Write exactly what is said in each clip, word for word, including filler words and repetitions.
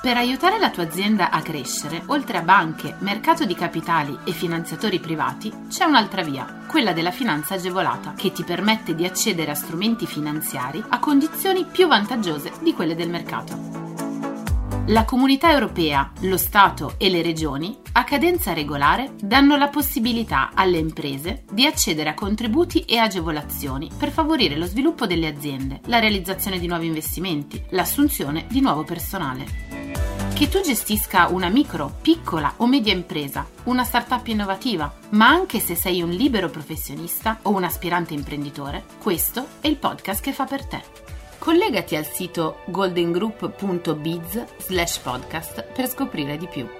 Per aiutare la tua azienda a crescere, oltre a banche, mercato di capitali e finanziatori privati, c'è un'altra via, quella della finanza agevolata, che ti permette di accedere a strumenti finanziari a condizioni più vantaggiose di quelle del mercato. La Comunità Europea, lo Stato e le Regioni, a cadenza regolare, danno la possibilità alle imprese di accedere a contributi e agevolazioni per favorire lo sviluppo delle aziende, la realizzazione di nuovi investimenti, l'assunzione di nuovo personale. Che tu gestisca una micro, piccola o media impresa, una startup innovativa, ma anche se sei un libero professionista o un aspirante imprenditore, questo è il podcast che fa per te. Collegati al sito goldengroup punto biz slash podcast per scoprire di più.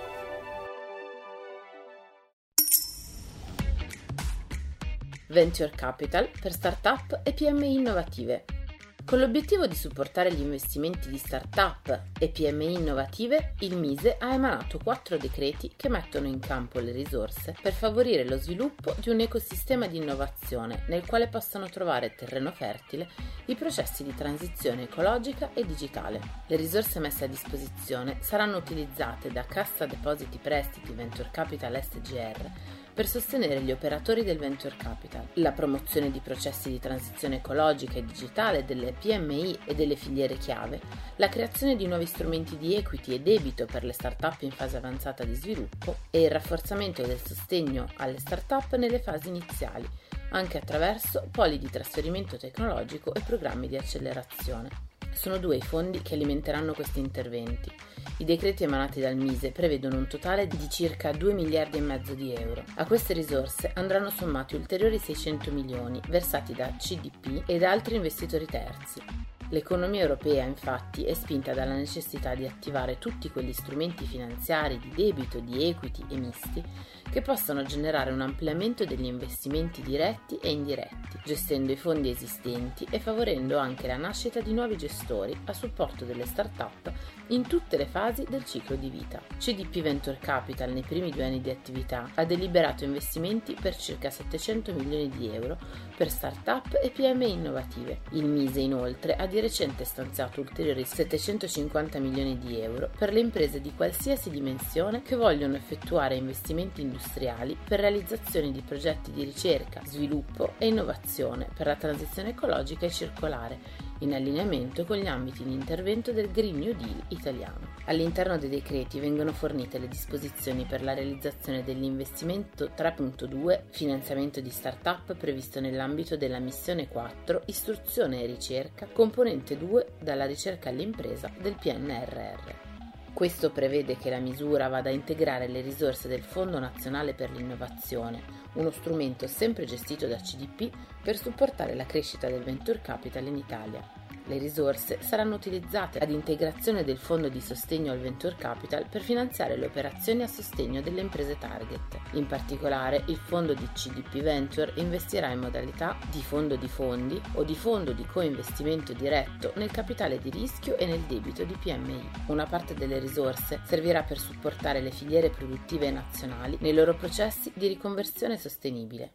Venture Capital per startup e P M I innovative. Con l'obiettivo di supportare gli investimenti di start-up e P M I innovative, il MISE ha emanato quattro decreti che mettono in campo le risorse per favorire lo sviluppo di un ecosistema di innovazione nel quale possano trovare terreno fertile i processi di transizione ecologica e digitale. Le risorse messe a disposizione saranno utilizzate da Cassa Depositi Prestiti Venture Capital S G R per sostenere gli operatori del Venture Capital, la promozione di processi di transizione ecologica e digitale delle P M I e delle filiere chiave, la creazione di nuovi strumenti di equity e debito per le start-up in fase avanzata di sviluppo e il rafforzamento del sostegno alle start-up nelle fasi iniziali, anche attraverso poli di trasferimento tecnologico e programmi di accelerazione. Sono due i fondi che alimenteranno questi interventi. I decreti emanati dal MISE prevedono un totale di circa due miliardi e mezzo di euro. A queste risorse andranno sommati ulteriori seicento milioni versati da C D P e da altri investitori terzi. L'economia europea, infatti, è spinta dalla necessità di attivare tutti quegli strumenti finanziari di debito, di equity e misti che possano generare un ampliamento degli investimenti diretti e indiretti, gestendo i fondi esistenti e favorendo anche la nascita di nuovi gestori a supporto delle start-up in tutte le fasi del ciclo di vita. C D P Venture Capital nei primi due anni di attività ha deliberato investimenti per circa settecento milioni di euro per start-up e P M I innovative. Il MISE inoltre ha di recente stanziato ulteriori settecentocinquanta milioni di euro per le imprese di qualsiasi dimensione che vogliono effettuare investimenti industriali per realizzazione di progetti di ricerca, sviluppo e innovazione per la transizione ecologica e circolare, in allineamento con gli ambiti di intervento del Green New Deal italiano. All'interno dei decreti vengono fornite le disposizioni per la realizzazione dell'investimento tre punto due, finanziamento di start-up previsto nell'ambito della missione quattro, istruzione e ricerca, componente due dalla ricerca all'impresa del P N R R. Questo prevede che la misura vada a integrare le risorse del Fondo Nazionale per l'Innovazione, uno strumento sempre gestito da C D P per supportare la crescita del venture capital in Italia. Le risorse saranno utilizzate ad integrazione del Fondo di sostegno al venture capital per finanziare le operazioni a sostegno delle imprese target. In particolare, il fondo di C D P Venture investirà in modalità di fondo di fondi o di fondo di coinvestimento diretto nel capitale di rischio e nel debito di P M I. Una parte delle risorse servirà per supportare le filiere produttive nazionali nei loro processi di riconversione sostenibile.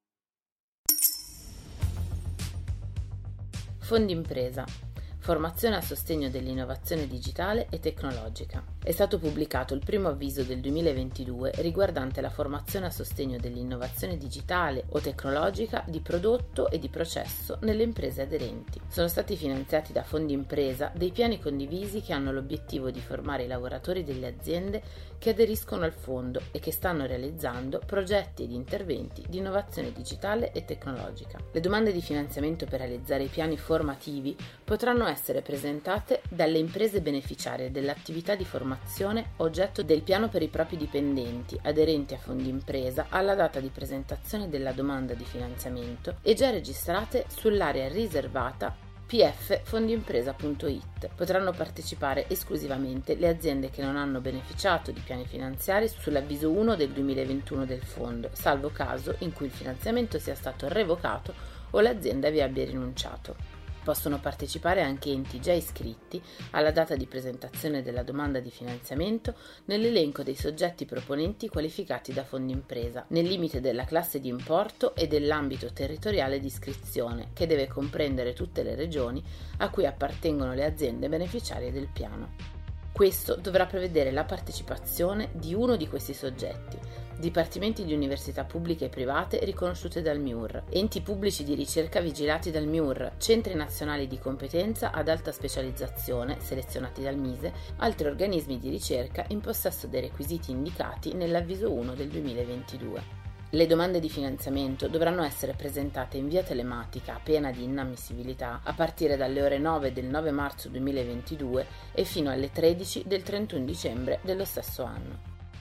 Fondi impresa. Formazione a sostegno dell'innovazione digitale e tecnologica. È stato pubblicato il primo avviso del duemilaventidue riguardante la formazione a sostegno dell'innovazione digitale o tecnologica di prodotto e di processo nelle imprese aderenti. Sono stati finanziati da Fondi Impresa dei piani condivisi che hanno l'obiettivo di formare i lavoratori delle aziende che aderiscono al fondo e che stanno realizzando progetti ed interventi di innovazione digitale e tecnologica. Le domande di finanziamento per realizzare i piani formativi potranno essere essere presentate dalle imprese beneficiarie dell'attività di formazione oggetto del piano per i propri dipendenti aderenti a Fondi Impresa alla data di presentazione della domanda di finanziamento e già registrate sull'area riservata p f fondimpresa punto i t. Potranno partecipare esclusivamente le aziende che non hanno beneficiato di piani finanziari sull'avviso uno del duemilaventuno del fondo, salvo caso in cui il finanziamento sia stato revocato o l'azienda vi abbia rinunciato. Possono partecipare anche enti già iscritti alla data di presentazione della domanda di finanziamento nell'elenco dei soggetti proponenti qualificati da Fondi Impresa, nel limite della classe di importo e dell'ambito territoriale di iscrizione, che deve comprendere tutte le regioni a cui appartengono le aziende beneficiarie del piano. Questo dovrà prevedere la partecipazione di uno di questi soggetti: dipartimenti di università pubbliche e private riconosciute dal M I U R, enti pubblici di ricerca vigilati dal M I U R, centri nazionali di competenza ad alta specializzazione selezionati dal MISE, altri organismi di ricerca in possesso dei requisiti indicati nell'avviso uno del duemilaventidue. Le domande di finanziamento dovranno essere presentate in via telematica a pena di inammissibilità a partire dalle ore nove del nove marzo duemilaventidue e fino alle tredici del trentuno dicembre dello stesso anno.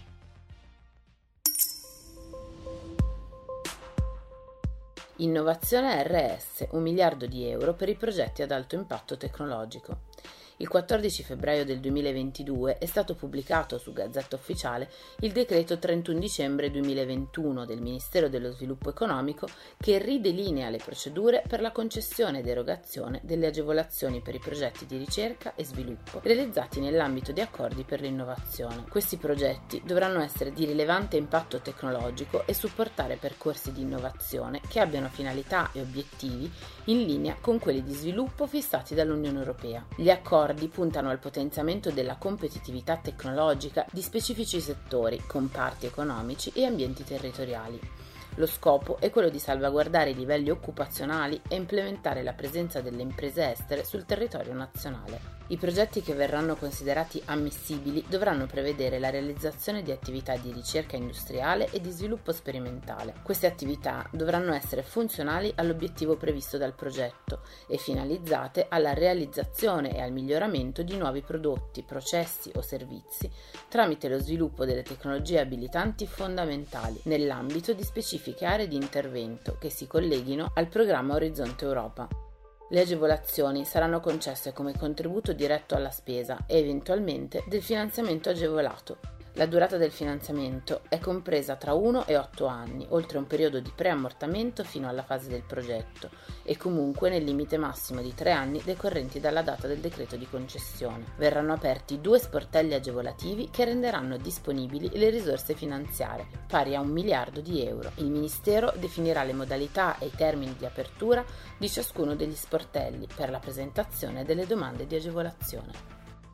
Innovazione R S, un miliardo di euro per i progetti ad alto impatto tecnologico. Il quattordici febbraio del duemilaventidue è stato pubblicato su Gazzetta Ufficiale il decreto trentuno dicembre duemilaventuno del Ministero dello Sviluppo Economico che ridelinea le procedure per la concessione ed erogazione delle agevolazioni per i progetti di ricerca e sviluppo realizzati nell'ambito di accordi per l'innovazione. Questi progetti dovranno essere di rilevante impatto tecnologico e supportare percorsi di innovazione che abbiano finalità e obiettivi in linea con quelli di sviluppo fissati dall'Unione Europea. Gli accordi puntano al potenziamento della competitività tecnologica di specifici settori, comparti economici e ambienti territoriali. Lo scopo è quello di salvaguardare i livelli occupazionali e implementare la presenza delle imprese estere sul territorio nazionale. I progetti che verranno considerati ammissibili dovranno prevedere la realizzazione di attività di ricerca industriale e di sviluppo sperimentale. Queste attività dovranno essere funzionali all'obiettivo previsto dal progetto e finalizzate alla realizzazione e al miglioramento di nuovi prodotti, processi o servizi tramite lo sviluppo delle tecnologie abilitanti fondamentali nell'ambito di specifiche aree di intervento che si colleghino al programma Orizzonte Europa. Le agevolazioni saranno concesse come contributo diretto alla spesa e eventualmente del finanziamento agevolato. La durata del finanziamento è compresa tra uno e otto anni, oltre un periodo di preammortamento fino alla fase del progetto e comunque nel limite massimo di tre anni decorrenti dalla data del decreto di concessione. Verranno aperti due sportelli agevolativi che renderanno disponibili le risorse finanziarie, pari a un miliardo di euro. Il Ministero definirà le modalità e i termini di apertura di ciascuno degli sportelli per la presentazione delle domande di agevolazione.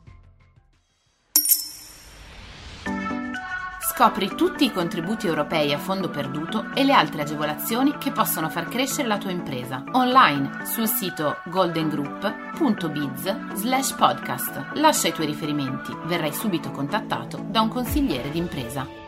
Scopri tutti i contributi europei a fondo perduto e le altre agevolazioni che possono far crescere la tua impresa online sul sito goldengroup punto biz slash podcast. Lascia i tuoi riferimenti, verrai subito contattato da un consigliere d'impresa.